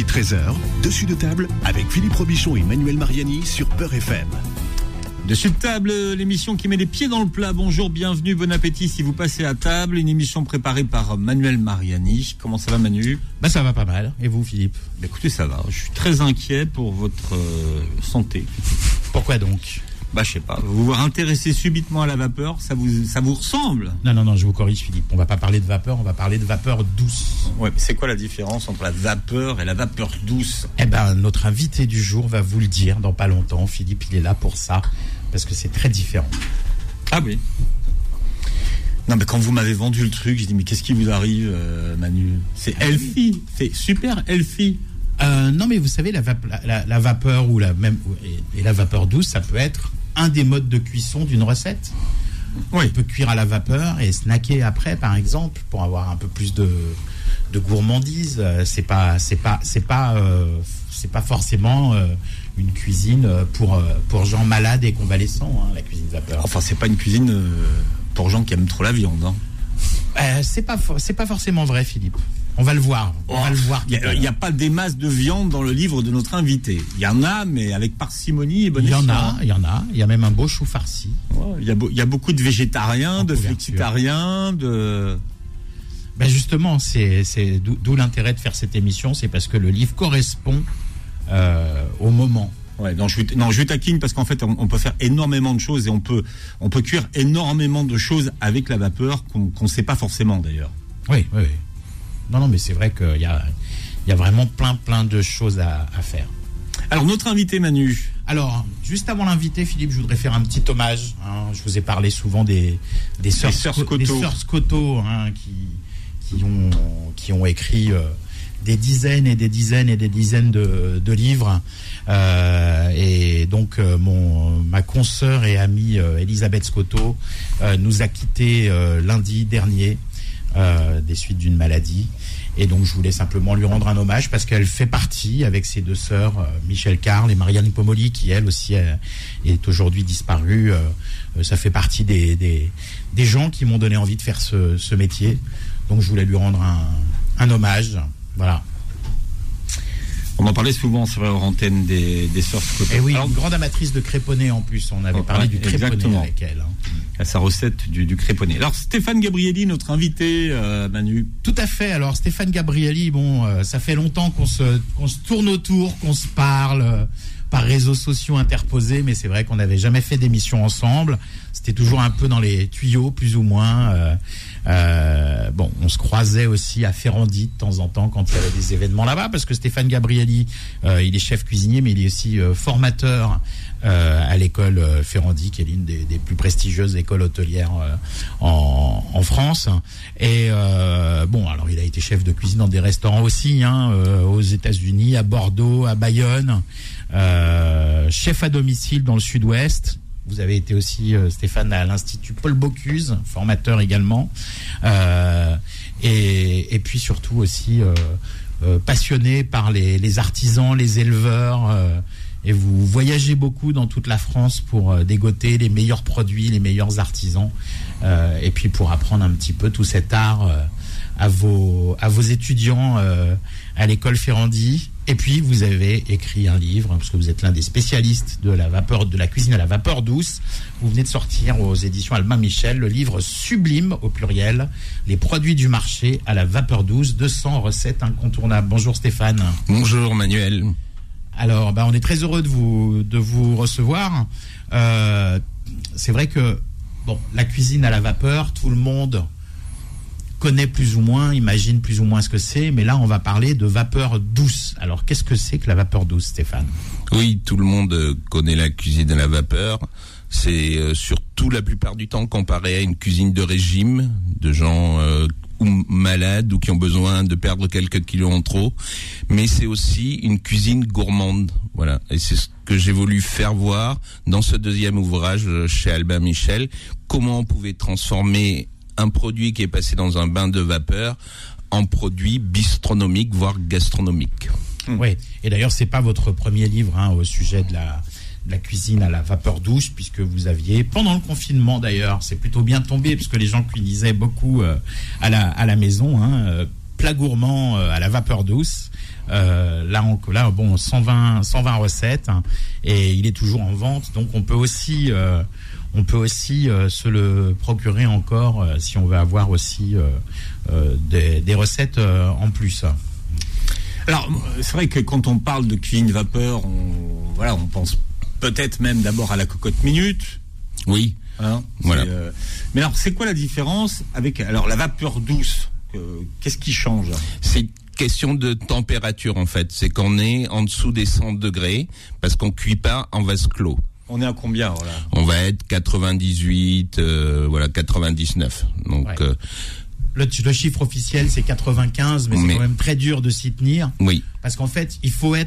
13h, Dessus de table avec Philippe Robichon et Manuel Mariani sur Peur FM. Dessus de table, l'émission qui met les pieds dans le plat. Bonjour, bienvenue, bon appétit si vous passez à table. Une émission préparée par Manuel Mariani. Comment ça va, Manu ? Ça va pas mal. Et vous, Philippe ? Écoutez, ça va. Je suis très inquiet pour votre santé. Pourquoi donc ? Je sais pas. Vous vous intéressez subitement à la vapeur, ça vous ressemble ? Non, je vous corrige, Philippe. On va pas parler de vapeur, on va parler de vapeur douce. Ouais, mais c'est quoi la différence entre la vapeur et la vapeur douce ? Notre invité du jour va vous le dire dans pas longtemps. Philippe, il est là pour ça, parce que c'est très différent. Ah oui. Non, mais quand vous m'avez vendu le truc, j'ai dit, mais qu'est-ce qui vous arrive, Manu ? C'est healthy, c'est super healthy. Non, mais vous savez, la vapeur ou et la vapeur douce, ça peut être un des modes de cuisson d'une recette. Oui. On peut cuire à la vapeur et snacker après, par exemple, pour avoir un peu plus de gourmandise. C'est pas forcément une cuisine pour gens malades et convalescents, la cuisine vapeur. Enfin, c'est pas une cuisine pour gens qui aiment trop la viande. C'est pas forcément vrai, Philippe. On va le voir. Il n'y a pas des masses de viande dans le livre de notre invité. Il y en a, mais avec parcimonie et bonne espoir. Il y en a. Il y a même un beau chou farci. Il y a beaucoup de végétariens, de flexitariens, de... Justement, c'est d'où l'intérêt de faire cette émission. C'est parce que le livre correspond au moment. Ouais, je taquine parce qu'en fait, on peut faire énormément de choses et on peut cuire énormément de choses avec la vapeur qu'on ne sait pas forcément d'ailleurs. Oui. Non, mais c'est vrai qu'il y a vraiment plein de choses à faire. Alors, notre invité, Manu. Alors, juste avant l'invité, Philippe, je voudrais faire un petit hommage. Je vous ai parlé souvent des sœurs Scotto, qui ont écrit des dizaines et des dizaines et des dizaines de livres. Et donc, ma consoeur et amie Elisabeth Scotto nous a quittés lundi dernier. Des suites d'une maladie, et donc je voulais simplement lui rendre un hommage parce qu'elle fait partie avec ses deux sœurs Michel Carle et Marianne Pomoli, qui elle aussi est aujourd'hui disparue. Ça fait partie des gens qui m'ont donné envie de faire ce métier, donc je voulais lui rendre un hommage. Voilà. On en parlait souvent, c'est vrai, hors antenne des sœurs Scotto. Et oui, alors, une grande amatrice de créponné en plus. On avait parlé du créponné avec elle. À sa recette du créponné. Alors, Stéphane Gabrielli, notre invité, Manu. Tout à fait. Alors, Stéphane Gabrielli, ça fait longtemps qu'on se tourne autour, qu'on se parle par réseaux sociaux interposés, mais c'est vrai qu'on n'avait jamais fait d'émission ensemble. C'était toujours un peu dans les tuyaux, plus ou moins. On se croisait aussi à Ferrandi de temps en temps quand il y avait des événements là-bas, parce que Stéphane Gabrielli, il est chef cuisinier, mais il est aussi formateur à l'école Ferrandi, qui est l'une des plus prestigieuses écoles hôtelières en France. Et alors il a été chef de cuisine dans des restaurants aussi, aux États-Unis, à Bordeaux, à Bayonne, chef à domicile dans le Sud-Ouest. Vous avez été aussi, Stéphane, à l'Institut Paul Bocuse, formateur également. Et puis surtout aussi passionné par les artisans, les éleveurs. Et vous voyagez beaucoup dans toute la France pour dégoter les meilleurs produits, les meilleurs artisans. Et puis pour apprendre un petit peu tout cet art à vos étudiants à l'école Ferrandi. Et puis vous avez écrit un livre, parce que vous êtes l'un des spécialistes de la cuisine à la vapeur douce. Vous venez de sortir aux éditions Albin Michel le livre sublime au pluriel, les produits du marché à la vapeur douce, 200 recettes incontournables. Bonjour Stéphane. Bonjour Manuel. Alors, on est très heureux de vous recevoir. C'est vrai que la cuisine à la vapeur, tout le monde connaît plus ou moins, imagine plus ou moins ce que c'est, mais là on va parler de vapeur douce. Alors qu'est-ce que c'est que la vapeur douce, Stéphane ? Oui, tout le monde connaît la cuisine à la vapeur. C'est surtout la plupart du temps comparé à une cuisine de régime, de gens ou malades ou qui ont besoin de perdre quelques kilos en trop, mais c'est aussi une cuisine gourmande. Voilà, et c'est ce que j'ai voulu faire voir dans ce deuxième ouvrage chez Albin Michel, comment on pouvait transformer un produit qui est passé dans un bain de vapeur en produit bistronomique, voire gastronomique. Oui, et d'ailleurs, c'est pas votre premier livre au sujet de la cuisine à la vapeur douce, puisque vous aviez, pendant le confinement d'ailleurs, c'est plutôt bien tombé, puisque les gens cuisinaient beaucoup à la maison, plat gourmand à la vapeur douce. Là, bon, 120 recettes, hein, et il est toujours en vente. Donc, on peut aussi se le procurer encore si on veut avoir aussi des recettes en plus. Alors, c'est vrai que quand on parle de cuisine vapeur, on pense peut-être même d'abord à la cocotte minute. Oui. Hein, voilà. Mais alors, c'est quoi la différence avec la vapeur douce? Qu'est-ce qui change? C'est question de température, en fait. C'est qu'on est en dessous des 100 degrés parce qu'on cuit pas en vase clos. On est à combien, voilà? On va être 98, 99. Donc, ouais. Le chiffre officiel, c'est 95, mais c'est quand même très dur de s'y tenir. Oui. Parce qu'en fait, il faut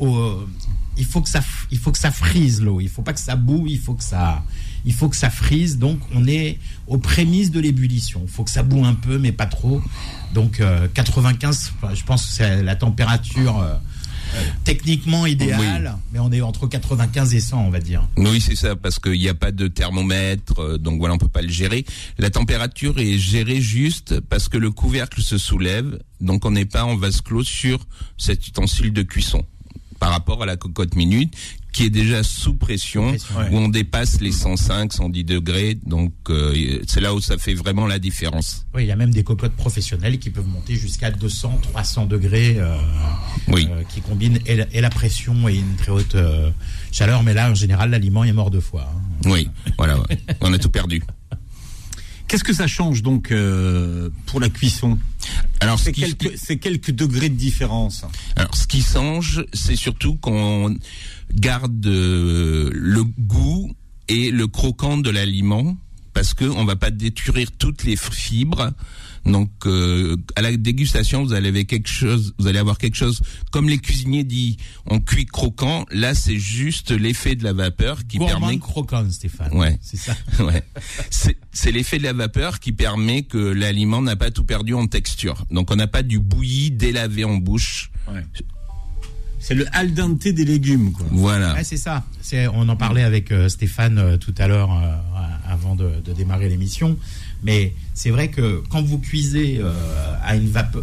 que ça frise l'eau. Il faut pas que ça boue, il faut que ça frise. Donc, on est aux prémices de l'ébullition. Il faut que ça boue un peu, mais pas trop. Donc, 95, je pense que c'est la température techniquement idéale, oui. Mais on est entre 95 et 100, on va dire. Oui, c'est ça, parce qu'il n'y a pas de thermomètre, donc voilà, on peut pas le gérer. La température est gérée juste parce que le couvercle se soulève, donc on n'est pas en vase clos sur cet ustensile de cuisson. Par rapport à la cocotte minute, qui est déjà sous pression, ouais. Où on dépasse les 105, 110 degrés. Donc, c'est là où ça fait vraiment la différence. Oui, il y a même des cocottes professionnelles qui peuvent monter jusqu'à 200, 300 degrés, oui. Qui combinent et la pression et une très haute chaleur. Mais là, en général, l'aliment est mort 2 fois. Hein. Oui, voilà, ouais. On a tout perdu. Qu'est-ce que ça change donc pour la cuisson? Alors c'est quelques degrés de différence. Alors ce qui change, c'est surtout qu'on garde le goût et le croquant de l'aliment, parce que on va pas détruire toutes les fibres. Donc à la dégustation, vous allez avoir quelque chose comme les cuisiniers disent, on cuit croquant. Là, c'est juste l'effet de la vapeur qui permet croquant, Stéphane. Ouais, c'est ça. Ouais, c'est l'effet de la vapeur qui permet que l'aliment n'a pas tout perdu en texture. Donc on n'a pas du bouilli délavé en bouche. Ouais. C'est le al dente des légumes, quoi. Voilà. Ouais, c'est ça. On en parlait avec Stéphane tout à l'heure avant de démarrer l'émission. Mais c'est vrai que quand vous cuisez à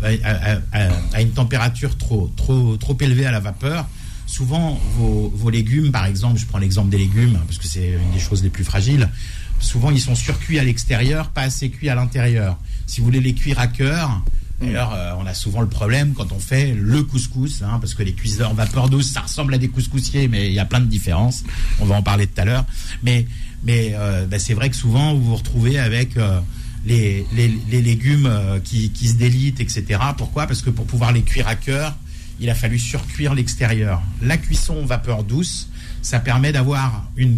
une température trop élevée à la vapeur, souvent vos légumes, par exemple, je prends l'exemple des légumes parce que c'est une des choses les plus fragiles. Souvent, ils sont surcuits à l'extérieur, pas assez cuits à l'intérieur. Si vous voulez les cuire à cœur. D'ailleurs, on a souvent le problème quand on fait le couscous, hein, parce que les cuiseurs vapeur douce, ça ressemble à des couscoussiers, mais il y a plein de différences. On va en parler tout à l'heure. Mais c'est vrai que souvent, vous vous retrouvez avec les légumes qui se délitent, etc. Pourquoi ? Parce que pour pouvoir les cuire à cœur, il a fallu surcuire l'extérieur. La cuisson vapeur douce, ça permet d'avoir une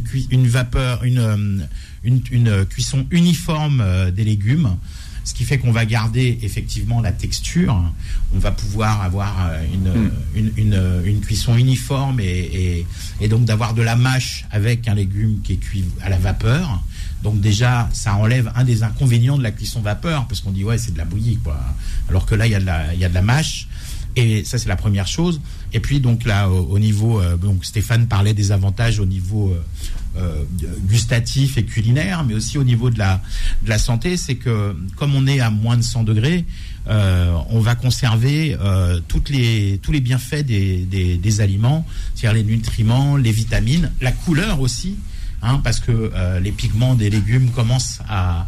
cuisson uniforme des légumes. Ce qui fait qu'on va garder effectivement la texture. On va pouvoir avoir une cuisson uniforme et donc d'avoir de la mâche avec un légume qui est cuit à la vapeur. Donc déjà, ça enlève un des inconvénients de la cuisson vapeur, parce qu'on dit ouais, c'est de la bouillie, quoi. Alors que là, il y a de la mâche. Et ça, c'est la première chose. Et puis donc là, au niveau, donc Stéphane parlait des avantages au niveau gustatif et culinaire, mais aussi au niveau de la santé, c'est que comme on est à moins de 100 degrés, on va conserver tous les bienfaits des aliments, c'est-à-dire les nutriments, les vitamines, la couleur aussi, hein, parce que les pigments des légumes commencent à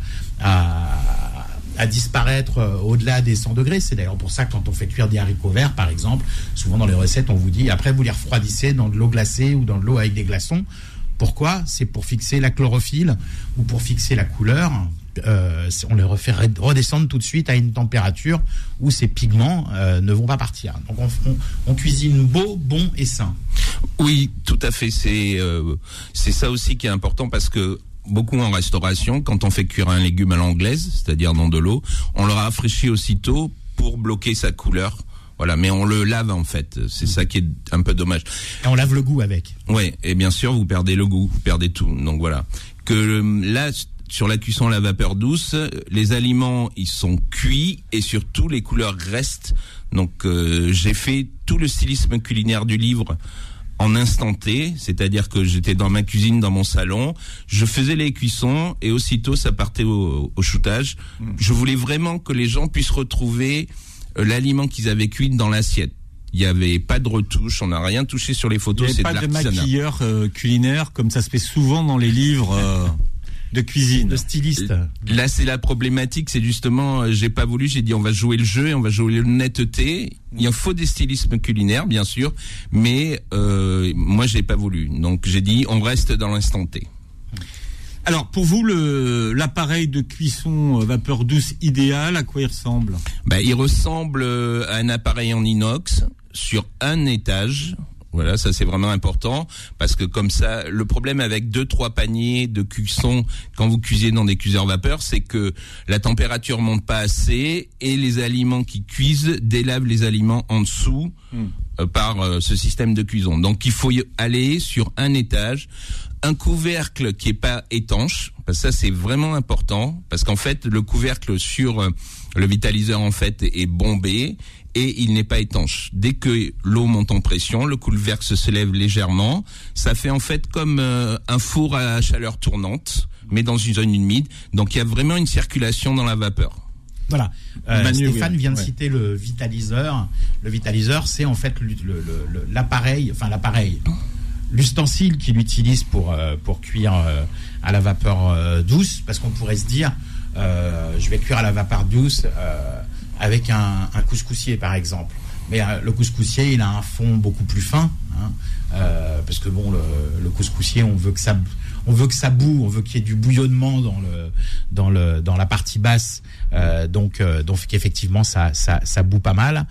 disparaître au-delà des 100 degrés. C'est d'ailleurs pour ça que quand on fait cuire des haricots verts, par exemple, souvent dans les recettes, on vous dit, après vous les refroidissez dans de l'eau glacée ou dans de l'eau avec des glaçons. Pourquoi ? C'est pour fixer la chlorophylle ou pour fixer la couleur. On les refait redescendre tout de suite à une température où ces pigments ne vont pas partir. Donc on cuisine beau, bon et sain. Oui, tout à fait. C'est ça aussi qui est important, parce que beaucoup en restauration, quand on fait cuire un légume à l'anglaise, c'est-à-dire dans de l'eau, on le rafraîchit aussitôt pour bloquer sa couleur. Voilà, mais on le lave en fait. C'est ça qui est un peu dommage. Et on lave le goût avec. Ouais, et bien sûr, vous perdez le goût, vous perdez tout. Donc voilà. Là, sur la cuisson à la vapeur douce, les aliments, ils sont cuits et surtout les couleurs restent. Donc j'ai fait tout le stylisme culinaire du livre en instant T, c'est-à-dire que j'étais dans ma cuisine, dans mon salon, je faisais les cuissons et aussitôt ça partait au shootage. Je voulais vraiment que les gens puissent retrouver l'aliment qu'ils avaient cuit dans l'assiette. Il n'y avait pas de retouche, on n'a rien touché sur les photos, c'est de l'artisanat. Il n'y avait pas de maquilleur culinaire, comme ça se fait souvent dans les livres de cuisine. De styliste. Là, c'est la problématique, c'est justement, j'ai pas voulu, j'ai dit on va jouer le jeu et on va jouer l'honnêteté. Il faut des stylismes culinaires, bien sûr, mais moi, j'ai pas voulu. Donc, j'ai dit on reste dans l'instant T. Alors, pour vous, l'appareil de cuisson vapeur douce idéal, à quoi il ressemble ? Il ressemble à un appareil en inox sur un étage. Voilà, ça c'est vraiment important parce que comme ça, le problème avec 2-3 paniers de cuisson quand vous cuisez dans des cuiseurs vapeur, c'est que la température monte pas assez et les aliments qui cuisent délavent les aliments en dessous par ce système de cuisson. Donc il faut y aller sur un étage, un couvercle qui est pas étanche, parce que ça c'est vraiment important parce qu'en fait le couvercle sur le vitaliseur en fait est bombé et il n'est pas étanche. Dès que l'eau monte en pression, le couvercle se lève légèrement. Ça fait en fait comme un four à chaleur tournante, mais dans une zone humide. Donc il y a vraiment une circulation dans la vapeur. Voilà. Stéphane vient de citer le vitaliseur. Le vitaliseur, c'est en fait l'appareil, l'ustensile qu'il utilise pour cuire à la vapeur douce, parce qu'on pourrait se dire, je vais cuire à la vapeur douce avec un couscoussier par exemple. Mais le couscoussier, il a un fond beaucoup plus fin, parce que bon, le couscoussier, on veut que ça boue, on veut qu'il y ait du bouillonnement dans la partie basse, donc qu'effectivement ça boue pas mal.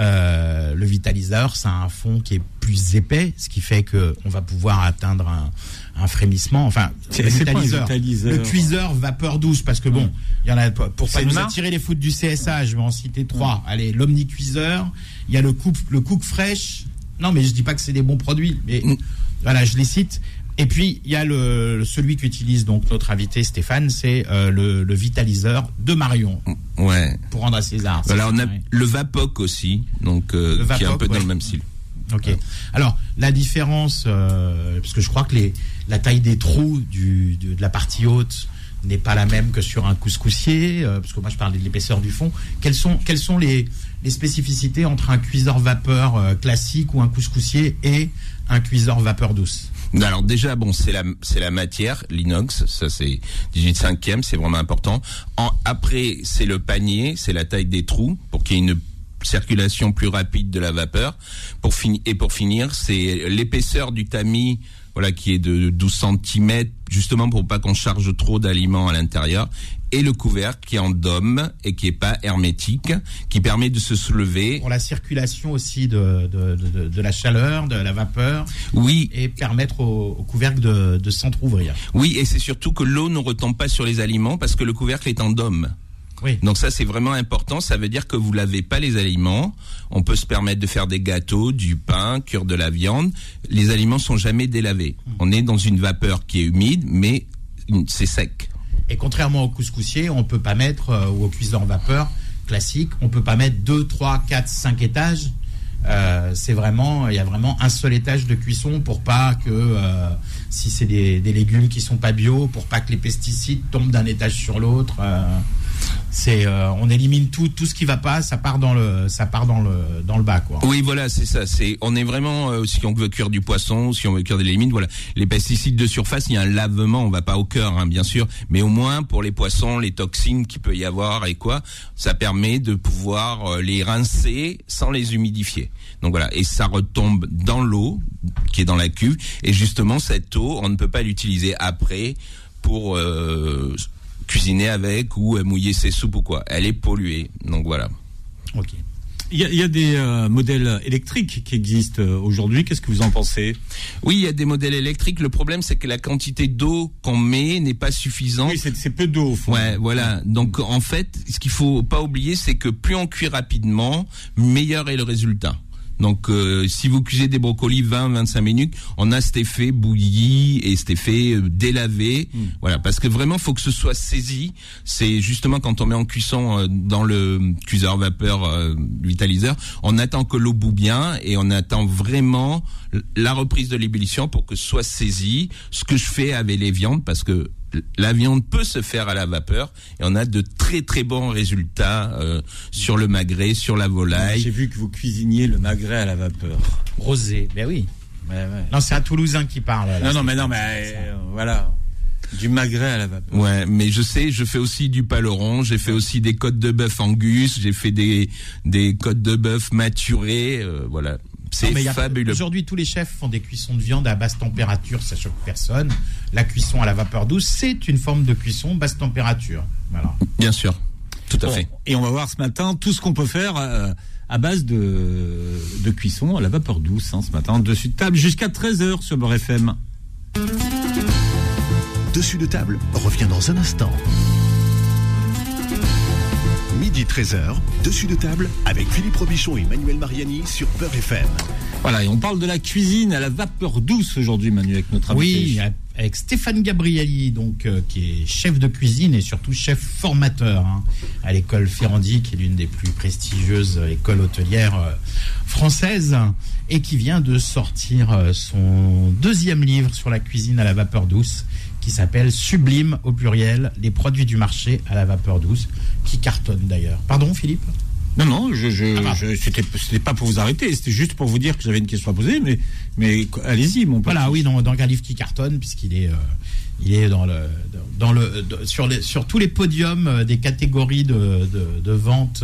Le vitaliseur, ça a un fond qui est plus épais, ce qui fait que on va pouvoir atteindre un frémissement. Enfin, le cuiseur vapeur douce, parce que bon, il y en a pour pas nous attirer les foudres du CSA, je vais en citer 3. Allez, l'omnicuiseur, il y a le cook fresh. Non, mais je dis pas que c'est des bons produits, mais voilà, je les cite. Et puis il y a celui qu'utilise donc notre invité Stéphane, c'est le vitaliseur de Marion. Ouais. Pour rendre à César. Voilà, on a le Vapoc aussi, donc qui est un peu dans le même style. Ok. Alors la différence, parce que je crois que la taille des trous de la partie haute n'est pas la même que sur un couscoussier, parce que moi je parlais de l'épaisseur du fond. Quelles sont les spécificités entre un cuiseur vapeur classique ou un couscoussier et un cuiseur vapeur douce? Alors déjà, bon, c'est la matière, l'inox, ça c'est 18/5e, c'est vraiment important. Après, c'est le panier, c'est la taille des trous pour qu'il y ait une circulation plus rapide de la vapeur. Pour finir, c'est l'épaisseur du tamis, voilà, qui est de 12 cm, justement pour pas qu'on charge trop d'aliments à l'intérieur, et le couvercle qui est en dôme et qui est pas hermétique, qui permet de se soulever. Pour la circulation aussi de la chaleur, de la vapeur. Oui. Et permettre au couvercle de s'entrouvrir. Oui, et c'est surtout que l'eau ne retombe pas sur les aliments parce que le couvercle est en dôme. Oui. Donc ça c'est vraiment important, ça veut dire que vous lavez pas les aliments, on peut se permettre de faire des gâteaux, du pain, cuire de la viande, les aliments sont jamais délavés. On est dans une vapeur qui est humide mais c'est sec. Et contrairement au couscoussier, on peut pas mettre, ou au cuiseur vapeur classique, on peut pas mettre 2, 3, 4, 5 étages. Il y a vraiment un seul étage de cuisson pour pas que, si c'est des légumes qui sont pas bio, pour pas que les pesticides tombent d'un étage sur l'autre. On élimine tout ce qui va pas, ça part dans le bas, quoi. Oui, voilà, c'est ça. On est vraiment, si on veut cuire du poisson, si on veut cuire des légumes, voilà. Les pesticides de surface, il y a un lavement, on va pas au cœur, hein, bien sûr, mais au moins pour les poissons, les toxines qu'il peut y avoir et quoi, ça permet de pouvoir les rincer sans les humidifier. Donc voilà, et ça retombe dans l'eau qui est dans la cuve, et justement cette eau, on ne peut pas l'utiliser après pour cuisiner avec ou mouiller ses soupes ou quoi. Elle est polluée. Donc voilà. Ok. Il y a des modèles électriques qui existent aujourd'hui. Qu'est-ce que vous en pensez? Oui, il y a des modèles électriques. Le problème, c'est que la quantité d'eau qu'on met n'est pas suffisante. Oui, c'est peu d'eau au fond. Ouais, voilà. Donc en fait, ce qu'il faut pas oublier, c'est que plus on cuit rapidement, meilleur est le résultat. Donc, si vous cuisez des brocolis 20-25 minutes, on a cet effet bouilli et cet effet délavé. Voilà, parce que vraiment, faut que ce soit saisi. C'est justement quand on met en cuisson dans le cuiseur vapeur vitaliseur, on attend que l'eau bout bien et on attend vraiment la reprise de l'ébullition pour que ce soit saisi. Ce que je fais avec les viandes, parce que la viande peut se faire à la vapeur et on a de très très bons résultats sur le magret, sur la volaille. J'ai vu que vous cuisiniez le magret à la vapeur. Rosé, ben oui. Ouais. Non, c'est un Toulousain qui parle. Là, voilà. Du magret à la vapeur. Ouais, mais je fais aussi du paleron, j'ai fait aussi des côtes de bœuf Angus, j'ai fait des côtes de bœuf maturées, voilà. C'est fabuleux. Aujourd'hui, tous les chefs font des cuissons de viande à basse température, ça choque personne. La cuisson à la vapeur douce, c'est une forme de cuisson basse température. Voilà. Bien sûr, tout à fait. Et on va voir ce matin tout ce qu'on peut faire à base de cuisson à la vapeur douce, ce matin. Dessus de table jusqu'à 13h sur Beurre FM. Dessus de table revient dans un instant. Midi 13h, dessus de table avec Philippe Robichon et Manuel Mariani sur Beurre FM. Voilà, et on parle de la cuisine à la vapeur douce aujourd'hui, Manu, avec notre invité. Oui, avec Stéphane Gabrielli, donc qui est chef de cuisine et surtout chef formateur à l'école Ferrandi, qui est l'une des plus prestigieuses écoles hôtelières françaises, et qui vient de sortir son 2e livre sur la cuisine à la vapeur douce, qui s'appelle Sublime au pluriel, les produits du marché à la vapeur douce, qui cartonne d'ailleurs. Pardon, Philippe ? Non, c'était pas pour vous arrêter, c'était juste pour vous dire que j'avais une question à poser, mais allez-y, mon pote. Voilà, oui, dans un livre qui cartonne, puisqu'il est sur tous les podiums des catégories de vente,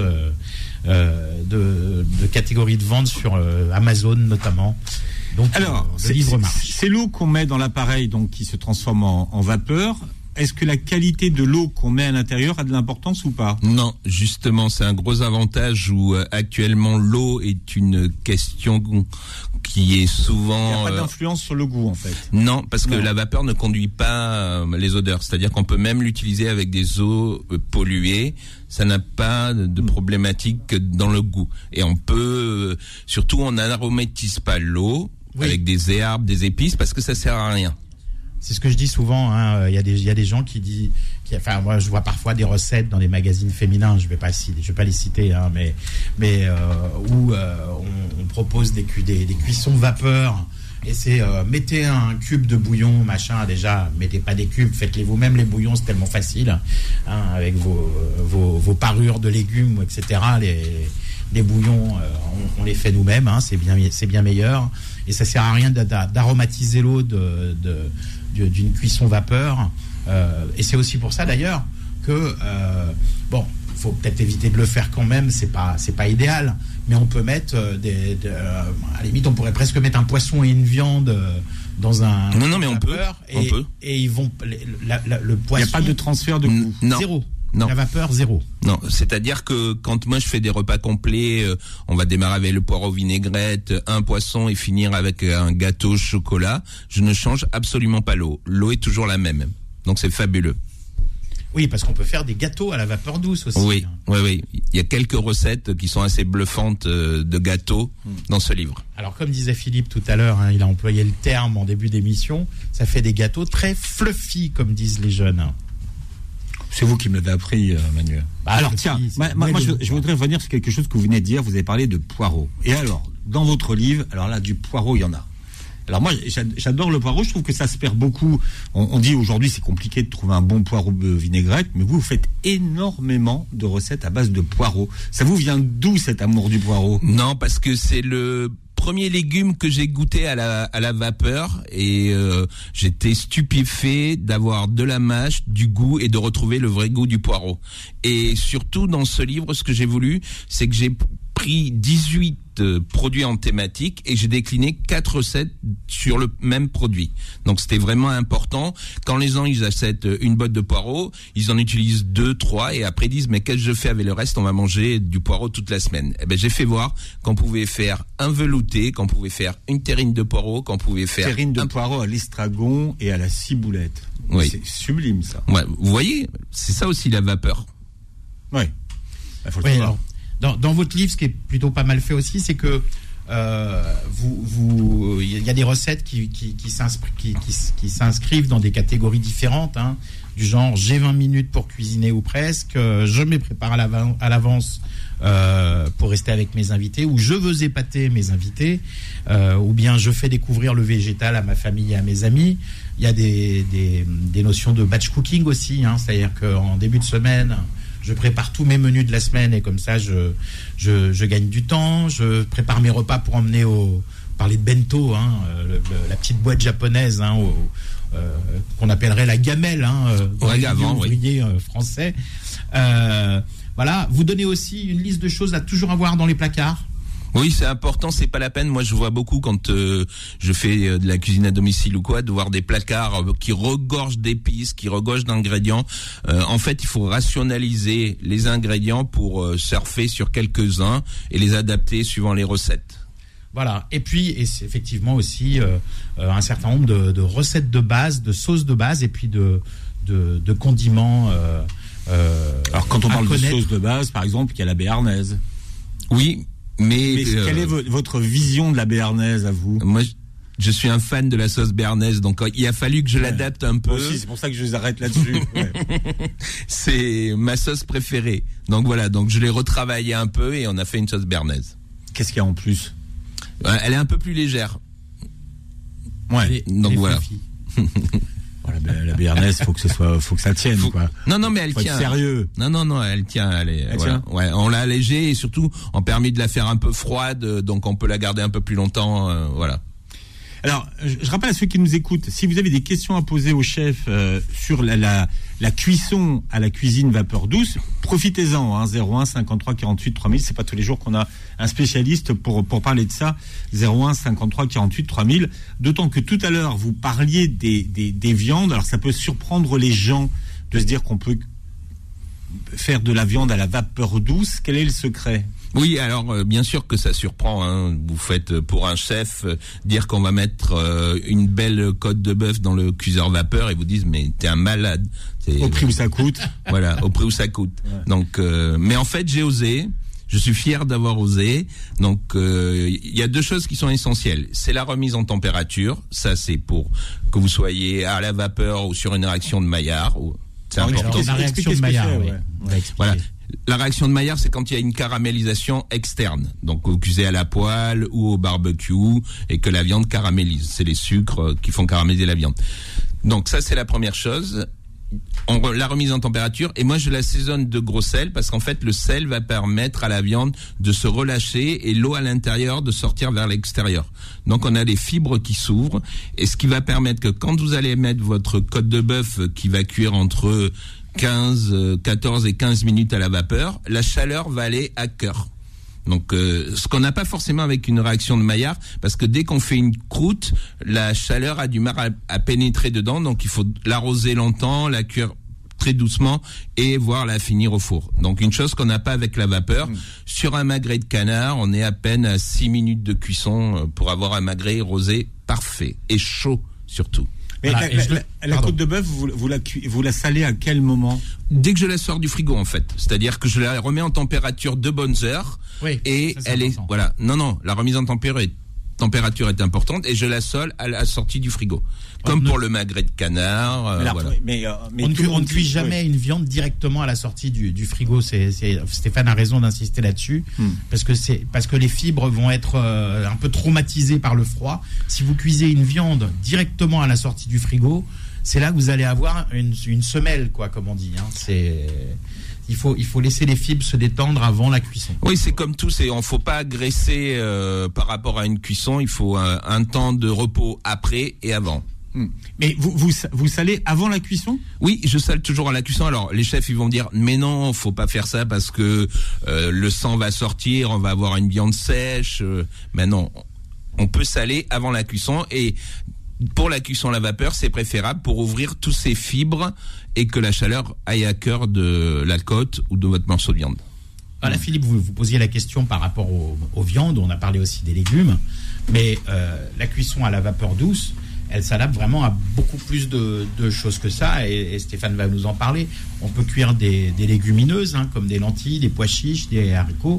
de catégories de vente sur Amazon notamment. Donc, alors, c'est l'eau qu'on met dans l'appareil, donc qui se transforme en vapeur. Est-ce que la qualité de l'eau qu'on met à l'intérieur a de l'importance ou pas ? Non, justement, c'est un gros avantage où actuellement l'eau est une question qui est souvent... Il n'y a pas d'influence sur le goût, en fait. Non, parce que la vapeur ne conduit pas les odeurs. C'est-à-dire qu'on peut même l'utiliser avec des eaux polluées. Ça n'a pas de problématique dans le goût. Et on peut... surtout, on n'aromatise pas l'eau avec des herbes, des épices, parce que ça sert à rien. C'est ce que je dis souvent. Il y a des gens qui disent, moi je vois parfois des recettes dans des magazines féminins. Je vais pas les citer, où on propose des cuissons vapeur. Et c'est mettez un cube de bouillon, machin. Déjà, mettez pas des cubes, faites-les vous-même les bouillons, c'est tellement facile. Avec vos parures de légumes, etc. Les bouillons, on les fait nous-mêmes. C'est bien meilleur. Et ça sert à rien d'aromatiser l'eau d'une cuisson vapeur. Et c'est aussi pour ça d'ailleurs que faut peut-être éviter de le faire quand même. C'est pas idéal, mais on peut mettre à la limite, on pourrait presque mettre un poisson et une viande dans un vapeur. On peut. Et ils vont le poisson. Il n'y a pas de transfert de goût. Non. Zéro. Non. La vapeur, zéro. Non, c'est-à-dire que quand moi je fais des repas complets, on va démarrer avec le poireau vinaigrette, un poisson et finir avec un gâteau au chocolat, je ne change absolument pas l'eau. L'eau est toujours la même. Donc c'est fabuleux. Oui, parce qu'on peut faire des gâteaux à la vapeur douce aussi. Oui. Il y a quelques recettes qui sont assez bluffantes de gâteaux dans ce livre. Alors, comme disait Philippe tout à l'heure, il a employé le terme en début d'émission, ça fait des gâteaux très fluffy, comme disent les jeunes. C'est vous qui me l'avez appris, Manuel. Alors tiens, moi je voudrais revenir sur quelque chose que vous venez de dire. Vous avez parlé de poireaux. Et alors, dans votre livre, alors là, du poireau, il y en a. Alors moi, j'adore le poireau. Je trouve que ça se perd beaucoup. On dit aujourd'hui, c'est compliqué de trouver un bon poireau vinaigrette, mais vous faites énormément de recettes à base de poireaux. Ça vous vient d'où cet amour du poireau ? Non, parce que c'est le premier légume que j'ai goûté à la vapeur et j'étais stupéfait d'avoir de la mâche, du goût et de retrouver le vrai goût du poireau. Et surtout dans ce livre, ce que j'ai voulu, c'est que j'ai pris 18 produits en thématique et j'ai décliné 4 recettes sur le même produit. Donc c'était vraiment important. Quand les gens ils achètent une botte de poireaux, ils en utilisent 2, 3 et après ils disent mais qu'est-ce que je fais avec le reste ? On va manger du poireau toute la semaine. Eh ben j'ai fait voir qu'on pouvait faire un velouté, qu'on pouvait faire une terrine de poireau, qu'on pouvait faire terrine de poireau à l'estragon et à la ciboulette. Oui. C'est sublime ça. Ouais, vous voyez, c'est ça aussi la vapeur. Oui. Faut le savoir. Alors, dans votre livre, ce qui est plutôt pas mal fait aussi, c'est que il y a des recettes qui s'inscrivent dans des catégories différentes, hein, du genre j'ai 20 minutes pour cuisiner ou presque, je me prépare à l'avance pour rester avec mes invités, ou je veux épater mes invités, ou bien je fais découvrir le végétal à ma famille et à mes amis. Il y a des notions de batch cooking aussi, hein, c'est-à-dire qu'en début de semaine, je prépare tous mes menus de la semaine et comme ça, je gagne du temps. Je prépare mes repas pour emmener parler de bento, hein, la petite boîte japonaise, hein, qu'on appellerait la gamelle, hein, ouvrier français. Voilà. Vous donnez aussi une liste de choses à toujours avoir dans les placards. Oui, c'est important, c'est pas la peine. Moi, je vois beaucoup quand je fais de la cuisine à domicile ou quoi, de voir des placards qui regorgent d'épices, qui regorgent d'ingrédients. En fait, il faut rationaliser les ingrédients pour surfer sur quelques-uns et les adapter suivant les recettes. Voilà. Et puis, c'est effectivement aussi un certain nombre de recettes de base, de sauces de base, et puis de condiments. Alors, quand on parle de sauce de base, par exemple, il y a la béarnaise. Oui. Mais quelle est votre vision de la béarnaise à vous? Moi, je suis un fan de la sauce béarnaise, donc il a fallu que je l'adapte un peu. Aussi, c'est pour ça que je les arrête là-dessus. Ouais. C'est ma sauce préférée. Donc voilà, donc je l'ai retravaillée un peu et on a fait une sauce béarnaise. Qu'est-ce qu'il y a en plus? Elle est un peu plus légère. Ouais. Donc voilà. La béarnaise, faut que ça tienne, quoi. Non, mais elle tient. Être sérieux. Non, elle tient. Elle tient. Ouais, on l'a allégée et surtout, on a permis de la faire un peu froide, donc on peut la garder un peu plus longtemps, voilà. Alors, je rappelle à ceux qui nous écoutent, si vous avez des questions à poser au chef sur la cuisson à la cuisine vapeur douce, profitez-en, hein, 01 53 48 3000, c'est pas tous les jours qu'on a un spécialiste pour parler de ça, 01 53 48 3000, d'autant que tout à l'heure, vous parliez des viandes, alors ça peut surprendre les gens de se dire qu'on peut faire de la viande à la vapeur douce, quel est le secret ? Oui, alors bien sûr que ça surprend, hein. Vous faites pour un chef dire qu'on va mettre une belle côte de bœuf dans le cuiseur vapeur et vous disent mais t'es un malade. Au prix où ça coûte. Voilà, au prix où ça coûte. Ouais. Donc, mais en fait j'ai osé. Je suis fier d'avoir osé. Donc, il y a deux choses qui sont essentielles. C'est la remise en température. Ça, c'est pour que vous soyez à la vapeur ou sur une réaction de Maillard. C'est important. La réaction de Maillard, oui. Voilà. La réaction de Maillard, c'est quand il y a une caramélisation externe. Donc, vous cuisez à la poêle ou au barbecue et que la viande caramélise. C'est les sucres qui font caraméliser la viande. Donc, ça, c'est la première chose. La remise en température, et moi je l'assaisonne de gros sel parce qu'en fait le sel va permettre à la viande de se relâcher et l'eau à l'intérieur de sortir vers l'extérieur. Donc on a les fibres qui s'ouvrent et ce qui va permettre que quand vous allez mettre votre côte de bœuf qui va cuire entre 14 et 15 minutes à la vapeur, la chaleur va aller à cœur. Donc, ce qu'on n'a pas forcément avec une réaction de Maillard, parce que dès qu'on fait une croûte, la chaleur a du mal à pénétrer dedans, donc il faut l'arroser longtemps, la cuire très doucement et voir la finir au four. Donc, une chose qu'on n'a pas avec la vapeur. Sur un magret de canard, on est à peine à 6 minutes de cuisson pour avoir un magret rosé parfait et chaud surtout. Mais la côte de bœuf, vous la salez à quel moment ? Dès que je la sors du frigo, en fait. C'est-à-dire que je la remets en température de bonnes heures. Oui, et ça, elle important. est, voilà. Non, la remise en température est importante et je la sole à la sortie du frigo. Comme pour le magret de canard. Voilà. Mais on ne cuit jamais une viande directement à la sortie du frigo. Stéphane a raison d'insister là-dessus. Parce que les fibres vont être un peu traumatisées par le froid. Si vous cuisez une viande directement à la sortie du frigo, c'est là que vous allez avoir une semelle, quoi, comme on dit. Hein. Il faut laisser les fibres se détendre avant la cuisson. Oui, c'est comme tout. On faut pas agresser par rapport à une cuisson. Il faut un temps de repos après et avant. Mais vous salez avant la cuisson ? Oui, je sale toujours à la cuisson. Alors les chefs ils vont dire mais non, faut pas faire ça parce que le sang va sortir, on va avoir une viande sèche. Mais non, on peut saler avant la cuisson et pour la cuisson à la vapeur, c'est préférable pour ouvrir tous ces fibres et que la chaleur aille à cœur de la côte ou de votre morceau de viande. Voilà, Philippe, vous posiez la question par rapport aux viandes. On a parlé aussi des légumes, mais la cuisson à la vapeur douce, elle s'adapte vraiment à beaucoup plus de choses que ça, et Stéphane va nous en parler. On peut cuire des légumineuses, hein, comme des lentilles, des pois chiches, des haricots.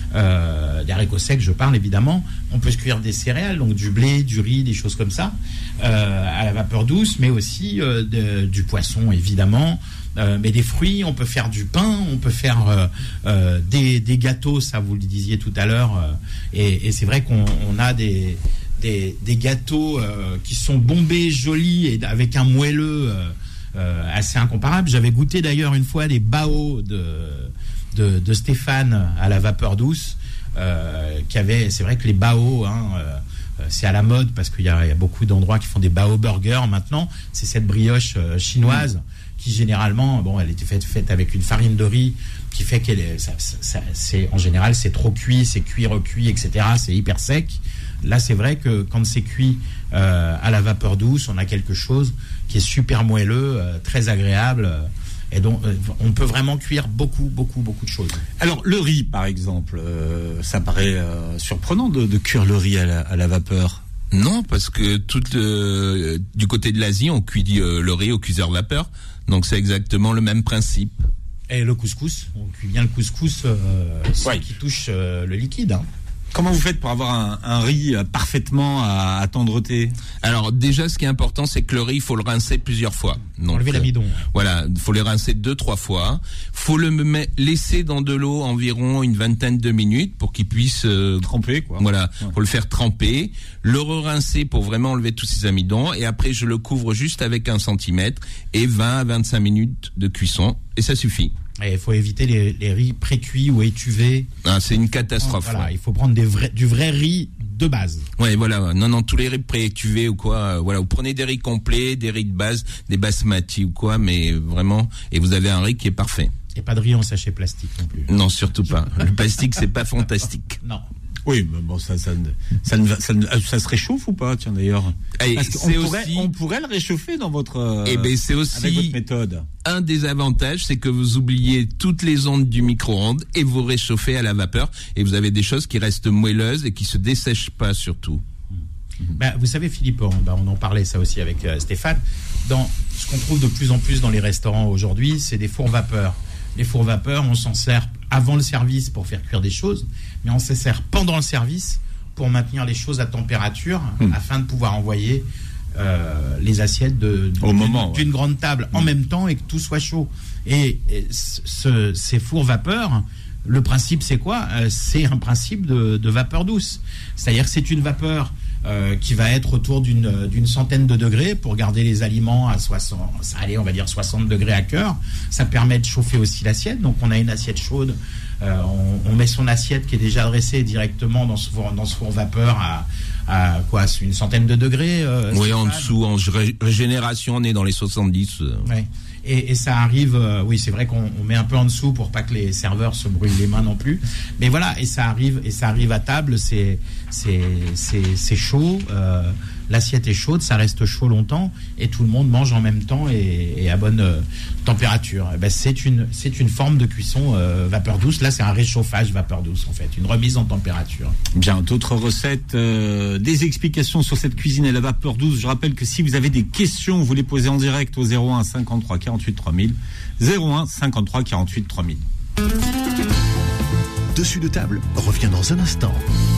des haricots secs, je parle évidemment. On peut cuire des céréales, donc du blé, du riz, des choses comme ça, à la vapeur douce, mais aussi du poisson évidemment. Mais des fruits, on peut faire du pain, on peut faire des gâteaux, ça vous le disiez tout à l'heure, et c'est vrai qu'on a des gâteaux qui sont bombés, jolis, et avec un moelleux assez incomparable. J'avais goûté d'ailleurs une fois les bao de Stéphane à la vapeur douce, c'est vrai que les bao, c'est à la mode parce qu'il y a beaucoup d'endroits qui font des bao burgers maintenant. C'est cette brioche chinoise qui généralement, elle était faite avec une farine de riz qui fait en général c'est trop cuit, c'est cuit, recuit, etc. C'est hyper sec. Là, c'est vrai que quand c'est cuit à la vapeur douce, on a quelque chose qui est super moelleux, très agréable. Et donc, on peut vraiment cuire beaucoup de choses. Alors, le riz, par exemple, ça paraît surprenant de cuire le riz à la vapeur. Non, parce que du côté de l'Asie, on cuit le riz au cuiseur vapeur. Donc, c'est exactement le même principe. Et le couscous, on cuit bien le couscous sans qu'il touche le liquide. Comment vous faites pour avoir un riz parfaitement à tendreté ? Alors déjà, ce qui est important, c'est que le riz, il faut le rincer plusieurs fois. Donc, enlever l'amidon. Voilà, il faut le rincer 2-3 fois. Faut le laisser dans de l'eau environ une vingtaine de minutes pour qu'il puisse tremper, quoi. Voilà, faut le faire tremper, le re-rincer pour vraiment enlever tous ces amidons, et après je le couvre juste avec 1 centimètre et 20 à 25 minutes de cuisson, et ça suffit. Il faut éviter les riz pré-cuits ou étuvés. C'est une catastrophe. Voilà, il faut prendre du vrai riz de base. Ouais, voilà. Non, tous les riz pré-étuvés ou quoi, voilà. Vous prenez des riz complets, des riz de base, des basmati ou quoi, mais vraiment, et vous avez un riz qui est parfait. Et pas de riz en sachet plastique non plus. Non, surtout pas. Le plastique, c'est pas fantastique. Non. Oui, mais bon, ça se réchauffe ou pas, tiens, d'ailleurs? Parce qu'on pourrait le réchauffer dans votre, c'est aussi avec votre méthode. Un des avantages, c'est que vous oubliez toutes les ondes du micro-ondes et vous réchauffez à la vapeur, et vous avez des choses qui restent moelleuses et qui se dessèchent pas, surtout. Vous savez, Philippe, on en parlait ça aussi avec Stéphane. Dans ce qu'on trouve de plus en plus dans les restaurants aujourd'hui, c'est des fours vapeur. Les fours vapeur, on s'en sert avant le service pour faire cuire des choses, mais on s'en sert pendant le service pour maintenir les choses à température afin de pouvoir envoyer les assiettes d'une grande table en même temps et que tout soit chaud. Et ces fours vapeur, le principe c'est quoi ? C'est un principe de vapeur douce. C'est-à-dire que c'est une vapeur qui va être autour d'une centaine de degrés pour garder les aliments à 60 degrés à cœur. Ça permet de chauffer aussi l'assiette. Donc on a une assiette chaude, on met son assiette qui est déjà dressée directement dans ce four vapeur à quoi, une centaine de degrés. Oui, en dessous, en régénération, on est dans les 70. Ouais. Et ça arrive, c'est vrai qu'on met un peu en dessous pour pas que les serveurs se brûlent les mains non plus. Mais voilà, et ça arrive à table, c'est chaud, l'assiette est chaude, ça reste chaud longtemps, et tout le monde mange en même temps et à bonne température. C'est une forme de cuisson vapeur douce. Là, c'est un réchauffage vapeur douce, en fait, une remise en température. Bien, d'autres recettes, des explications sur cette cuisine à la vapeur douce. Je rappelle que si vous avez des questions, vous les posez en direct au 01 53 48 3000, 01 53 48 3000. Dessus de table revient dans un instant.